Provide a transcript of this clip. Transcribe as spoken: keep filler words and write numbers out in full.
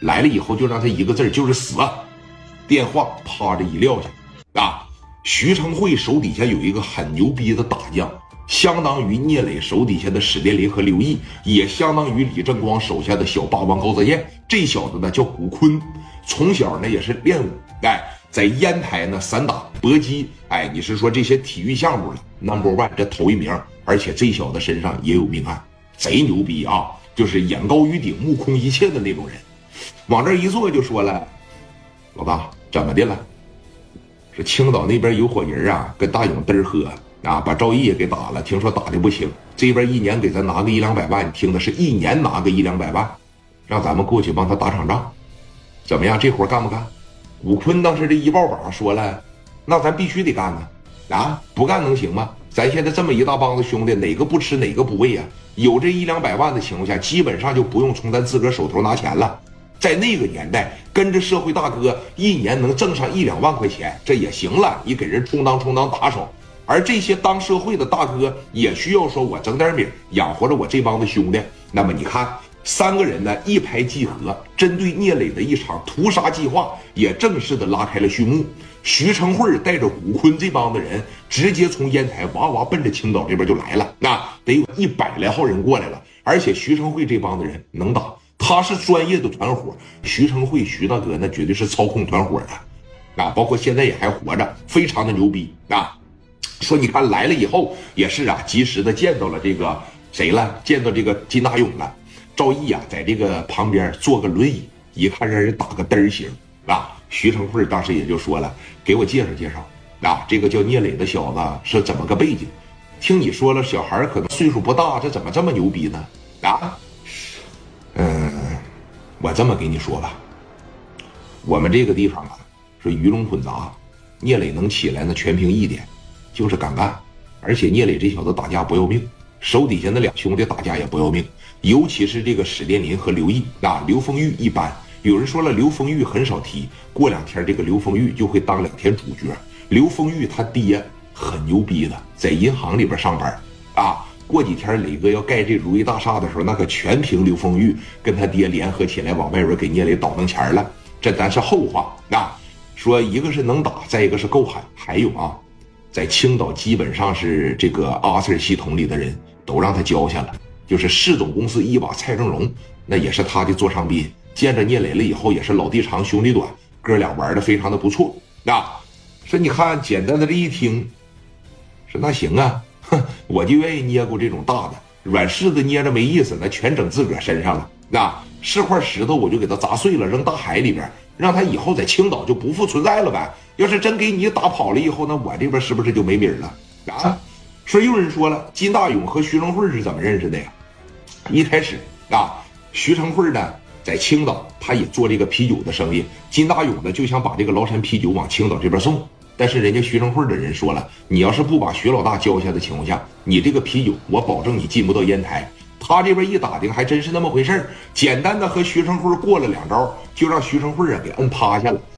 来了以后就让他一个字就是死。电话啪着一撂下啊！徐成会手底下有一个很牛逼的大将，相当于聂磊手底下的史殿林和刘毅，也相当于李正光手下的小霸王高泽健。这小子呢叫古坤，从小呢也是练武，哎，在烟台呢散打搏击，哎，你是说这些体育项目了 number one 这头一名，而且这小子身上也有命案，贼牛逼啊！就是眼高于顶，目空一切的那种人。往这一坐就说了，老大怎么的了？是青岛那边有伙人啊，跟大勇嘚儿喝啊，把赵毅也给打了，听说打的不行。这边一年给咱拿个一两百万，你听的是一年拿个一两百万，让咱们过去帮他打场仗，怎么样？这活干不干？武坤当时这一抱膀说了，那咱必须得干呢，啊，不干能行吗？咱现在这么一大帮子兄弟，哪个不吃哪个不喂啊？有这一两百万的情况下，基本上就不用从咱自个儿手头拿钱了。在那个年代，跟着社会大哥一年能挣上一两万块钱，这也行了，你给人充当充当打手。而这些当社会的大哥也需要说，我整点米养活着我这帮子兄弟。那么你看，三个人呢一拍即合，针对聂磊的一场屠杀计划也正式的拉开了序幕。徐成会带着古坤这帮的人，直接从烟台哇哇奔着青岛这边就来了，那得有一百来号人过来了。而且徐成会这帮的人能打，他是专业的团伙。徐成会徐大哥那绝对是操控团伙的啊，包括现在也还活着，非常的牛逼啊。说你看来了以后也是啊，及时的见到了这个谁了，见到这个金大勇了。赵毅啊，在这个旁边坐个轮椅，一看让人打个嘚儿型啊。徐成会当时也就说了，给我介绍介绍啊，这个叫聂磊的小子是怎么个背景？听你说了，小孩可能岁数不大，这怎么这么牛逼呢？啊，嗯，我这么给你说吧，我们这个地方啊是鱼龙混杂，聂磊能起来呢，全凭一点，就是敢干。而且聂磊这小子打架不要命，手底下那俩兄弟打架也不要命，尤其是这个史殿林和刘毅啊，刘丰玉一般。有人说了，刘丰玉很少提，过两天这个刘丰玉就会当两天主角。刘丰玉他爹很牛逼的，在银行里边上班啊。过几天磊哥要盖这如意大厦的时候，那可全凭刘丰玉跟他爹联合起来往外边给聂磊倒腾钱了。这咱是后话啊。说一个是能打，再一个是够狠，还有啊，在青岛基本上是这个阿 Sir 系统里的人都让他交下了，就是市总公司一把蔡正荣，那也是他的座上宾。见着聂磊了以后，也是老弟长兄弟短，哥俩玩的非常的不错啊。说你看简单的这一听，说那行啊，哼，我就愿意捏过这种大的，软柿子捏着没意思，那全整自个儿身上了。啊，是块石头我就给他砸碎了，扔大海里边，让他以后在青岛就不复存在了呗。要是真给你打跑了以后，那我这边是不是就没名了啊？说有人说了，金大勇和徐成会是怎么认识的呀？一开始啊，徐成会呢在青岛，他也做这个啤酒的生意。金大勇呢就想把这个崂山啤酒往青岛这边送，但是人家徐成会的人说了，你要是不把徐老大交下的情况下，你这个啤酒我保证你进不到烟台。他这边一打听，还真是那么回事，简单的和徐成会过了两招，就让徐成会啊给摁趴下了。